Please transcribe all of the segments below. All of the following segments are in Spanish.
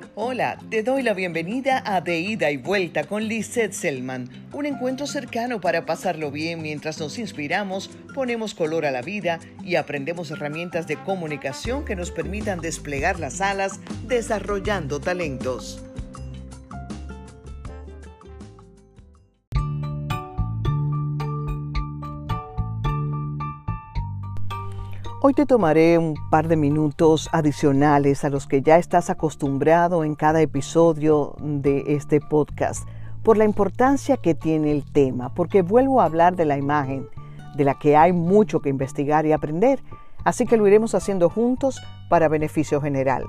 Hola, te doy la bienvenida a De Ida y Vuelta con Lisette Selman, un encuentro cercano para pasarlo bien mientras nos inspiramos, ponemos color a la vida y aprendemos herramientas de comunicación que nos permitan desplegar las alas desarrollando talentos. Hoy te tomaré un par de minutos adicionales a los que ya estás acostumbrado en cada episodio de este podcast, por la importancia que tiene el tema, porque vuelvo a hablar de la imagen, de la que hay mucho que investigar y aprender, así que lo iremos haciendo juntos para beneficio general.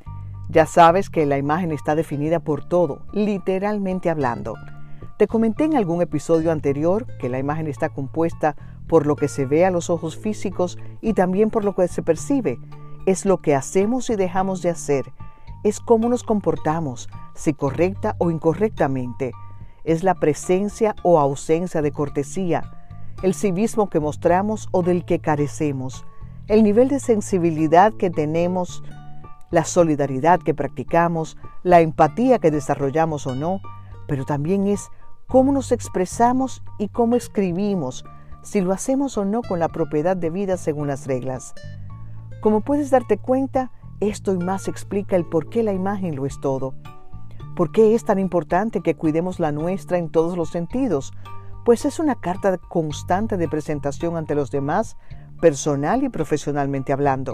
Ya sabes que la imagen está definida por todo, literalmente hablando. Te comenté en algún episodio anterior que la imagen está compuesta por lo que se ve a los ojos físicos y también por lo que se percibe. Es lo que hacemos y dejamos de hacer. Es cómo nos comportamos, si correcta o incorrectamente. Es la presencia o ausencia de cortesía, el civismo que mostramos o del que carecemos, el nivel de sensibilidad que tenemos, la solidaridad que practicamos, la empatía que desarrollamos o no, pero también es cómo nos expresamos y cómo escribimos, si lo hacemos o no con la propiedad debida según las reglas. Como puedes darte cuenta, esto y más explica el por qué la imagen lo es todo. ¿Por qué es tan importante que cuidemos la nuestra en todos los sentidos? Pues es una carta constante de presentación ante los demás, personal y profesionalmente hablando.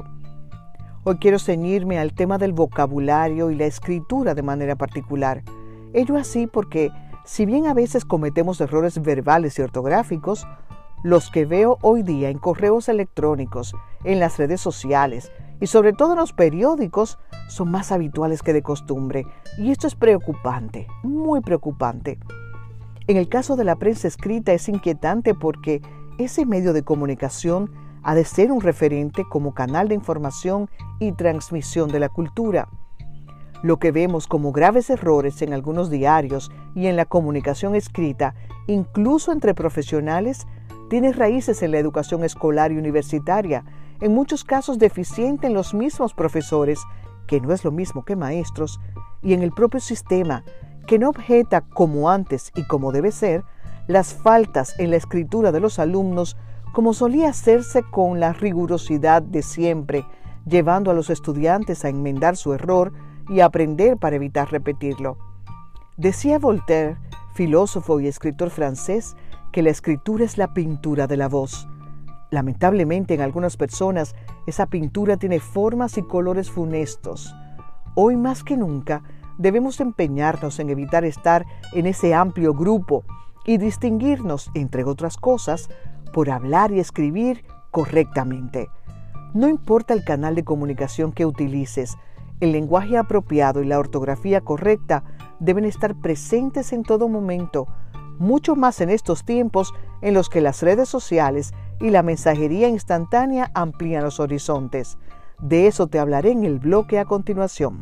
Hoy quiero ceñirme al tema del vocabulario y la escritura de manera particular. Ello así porque, si bien a veces cometemos errores verbales y ortográficos, los que veo hoy día en correos electrónicos, en las redes sociales y sobre todo en los periódicos son más habituales que de costumbre. Y esto es preocupante, muy preocupante. En el caso de la prensa escrita es inquietante porque ese medio de comunicación ha de ser un referente como canal de información y transmisión de la cultura. Lo que vemos como graves errores en algunos diarios y en la comunicación escrita, incluso entre profesionales, tiene raíces en la educación escolar y universitaria, en muchos casos deficiente en los mismos profesores, que no es lo mismo que maestros, y en el propio sistema, que no objeta como antes y como debe ser, las faltas en la escritura de los alumnos, como solía hacerse con la rigurosidad de siempre, llevando a los estudiantes a enmendar su error y a aprender para evitar repetirlo. Decía Voltaire, filósofo y escritor francés, que la escritura es la pintura de la voz. Lamentablemente, en algunas personas, esa pintura tiene formas y colores funestos. Hoy más que nunca, debemos empeñarnos en evitar estar en ese amplio grupo y distinguirnos, entre otras cosas, por hablar y escribir correctamente. No importa el canal de comunicación que utilices, el lenguaje apropiado y la ortografía correcta deben estar presentes en todo momento, mucho más en estos tiempos en los que las redes sociales y la mensajería instantánea amplían los horizontes. De eso te hablaré en el bloque a continuación.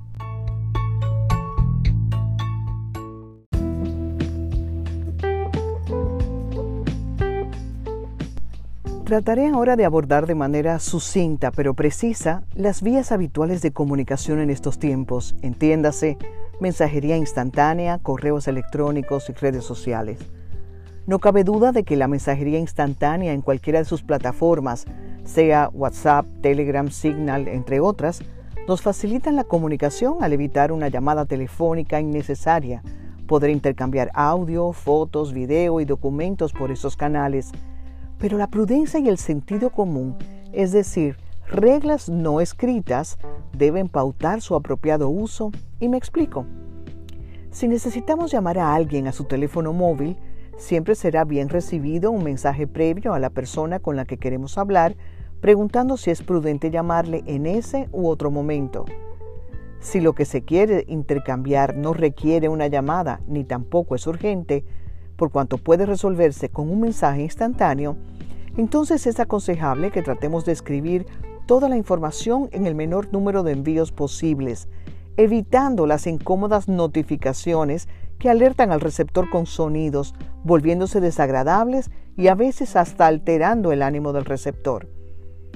Trataré ahora de abordar de manera sucinta pero precisa las vías habituales de comunicación en estos tiempos, entiéndase, mensajería instantánea, correos electrónicos y redes sociales. No cabe duda de que la mensajería instantánea en cualquiera de sus plataformas, sea WhatsApp, Telegram, Signal, entre otras, nos facilitan la comunicación al evitar una llamada telefónica innecesaria, poder intercambiar audio, fotos, video y documentos por esos canales. Pero la prudencia y el sentido común, es decir, reglas no escritas, deben pautar su apropiado uso, y me explico. Si necesitamos llamar a alguien a su teléfono móvil, siempre será bien recibido un mensaje previo a la persona con la que queremos hablar, preguntando si es prudente llamarle en ese u otro momento. Si lo que se quiere intercambiar no requiere una llamada ni tampoco es urgente, por cuanto puede resolverse con un mensaje instantáneo, entonces es aconsejable que tratemos de escribir toda la información en el menor número de envíos posibles, evitando las incómodas notificaciones que alertan al receptor con sonidos, volviéndose desagradables y a veces hasta alterando el ánimo del receptor.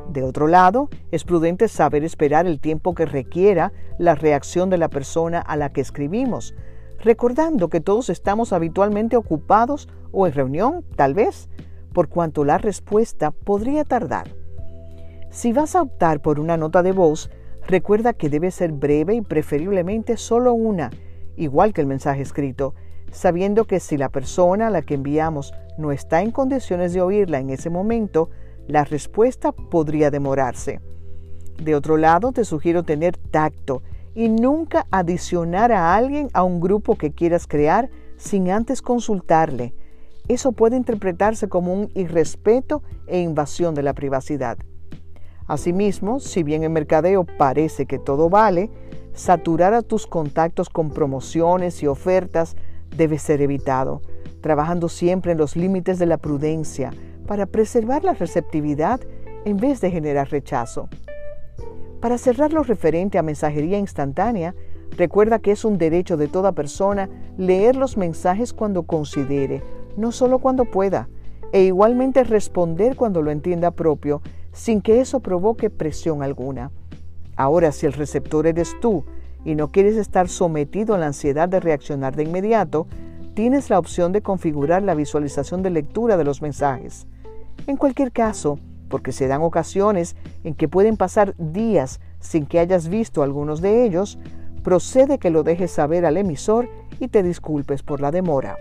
De otro lado, es prudente saber esperar el tiempo que requiera la reacción de la persona a la que escribimos, recordando que todos estamos habitualmente ocupados o en reunión, tal vez, por cuanto la respuesta podría tardar. Si vas a optar por una nota de voz, recuerda que debe ser breve y preferiblemente solo una, igual que el mensaje escrito, sabiendo que si la persona a la que enviamos no está en condiciones de oírla en ese momento, la respuesta podría demorarse. De otro lado, te sugiero tener tacto y nunca adicionar a alguien a un grupo que quieras crear sin antes consultarle. Eso puede interpretarse como un irrespeto e invasión de la privacidad. Asimismo, si bien en mercadeo parece que todo vale, saturar a tus contactos con promociones y ofertas debe ser evitado, trabajando siempre en los límites de la prudencia para preservar la receptividad en vez de generar rechazo. Para cerrar lo referente a mensajería instantánea, recuerda que es un derecho de toda persona leer los mensajes cuando considere, no solo cuando pueda, e igualmente responder cuando lo entienda propio, sin que eso provoque presión alguna. Ahora, si el receptor eres tú y no quieres estar sometido a la ansiedad de reaccionar de inmediato, tienes la opción de configurar la visualización de lectura de los mensajes. En cualquier caso, porque se dan ocasiones en que pueden pasar días sin que hayas visto algunos de ellos, procede que lo dejes saber al emisor y te disculpes por la demora.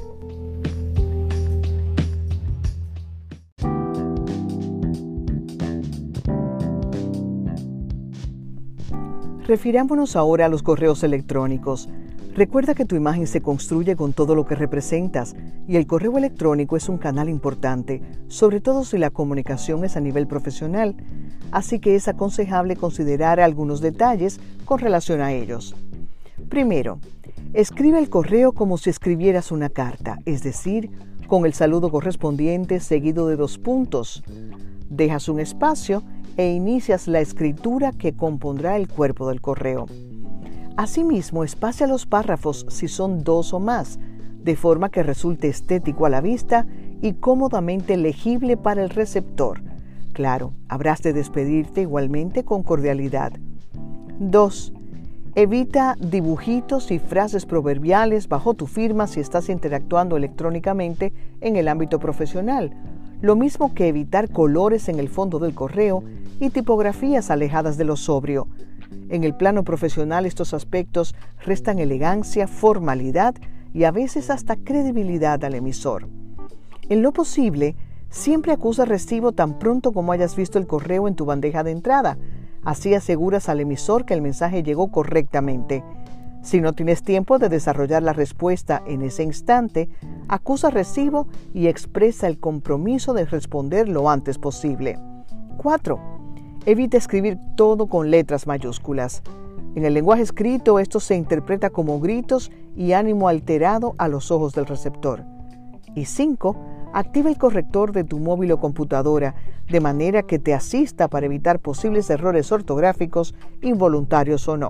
Refirámonos ahora a los correos electrónicos. Recuerda que tu imagen se construye con todo lo que representas y el correo electrónico es un canal importante, sobre todo si la comunicación es a nivel profesional, así que es aconsejable considerar algunos detalles con relación a ellos. Primero, escribe el correo como si escribieras una carta, es decir, con el saludo correspondiente seguido de 2 puntos. Dejas un espacio e inicias la escritura que compondrá el cuerpo del correo. Asimismo, espacia los párrafos si son 2 o más, de forma que resulte estético a la vista y cómodamente legible para el receptor. Claro, habrás de despedirte igualmente con cordialidad. 2. Evita dibujitos y frases proverbiales bajo tu firma si estás interactuando electrónicamente en el ámbito profesional, lo mismo que evitar colores en el fondo del correo y tipografías alejadas de lo sobrio. En el plano profesional estos aspectos restan elegancia, formalidad y a veces hasta credibilidad al emisor. En lo posible, siempre acusa recibo tan pronto como hayas visto el correo en tu bandeja de entrada. Así aseguras al emisor que el mensaje llegó correctamente. Si no tienes tiempo de desarrollar la respuesta en ese instante, acusa recibo y expresa el compromiso de responder lo antes posible. 4. Evita escribir todo con letras mayúsculas. En el lenguaje escrito, esto se interpreta como gritos y ánimo alterado a los ojos del receptor. Y 5. Activa el corrector de tu móvil o computadora, de manera que te asista para evitar posibles errores ortográficos, involuntarios o no.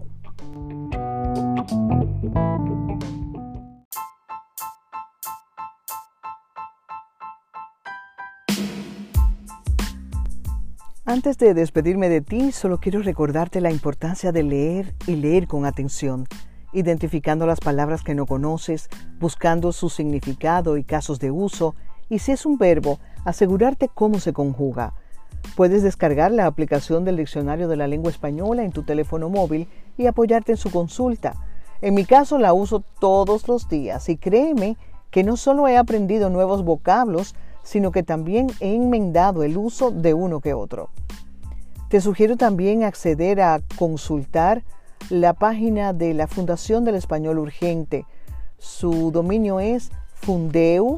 Antes de despedirme de ti, solo quiero recordarte la importancia de leer y leer con atención, identificando las palabras que no conoces, buscando su significado y casos de uso, y si es un verbo, asegurarte cómo se conjuga. Puedes descargar la aplicación del Diccionario de la Lengua Española en tu teléfono móvil y apoyarte en su consulta. En mi caso la uso todos los días y créeme que no solo he aprendido nuevos vocablos, sino que también he enmendado el uso de uno que otro. Te sugiero también acceder a consultar la página de la Fundación del Español Urgente. Su dominio es fundeu.es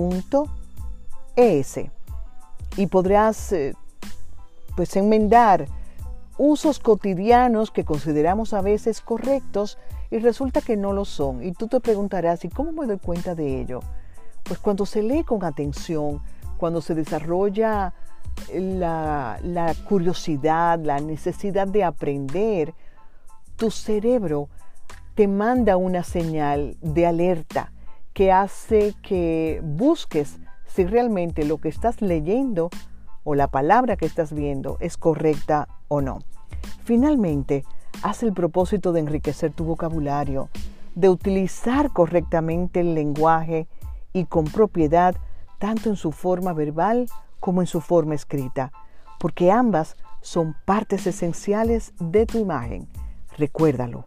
y podrás enmendar usos cotidianos que consideramos a veces correctos y resulta que no lo son. Y tú te preguntarás, ¿y cómo me doy cuenta de ello? Pues cuando se lee con atención, cuando se desarrolla la curiosidad, la necesidad de aprender, tu cerebro te manda una señal de alerta que hace que busques si realmente lo que estás leyendo o la palabra que estás viendo es correcta o no. Finalmente, haz el propósito de enriquecer tu vocabulario, de utilizar correctamente el lenguaje y con propiedad, tanto en su forma verbal como en su forma escrita, porque ambas son partes esenciales de tu imagen. Recuérdalo.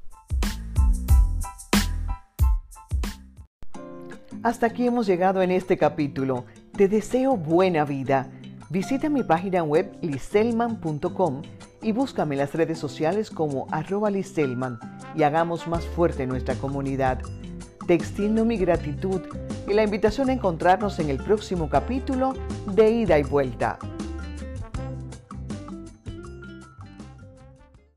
Hasta aquí hemos llegado en este capítulo. Te deseo buena vida. Visita mi página web liselman.com y búscame en las redes sociales como @liselman y hagamos más fuerte nuestra comunidad. Te extiendo mi gratitud y la invitación a encontrarnos en el próximo capítulo de Ida y Vuelta.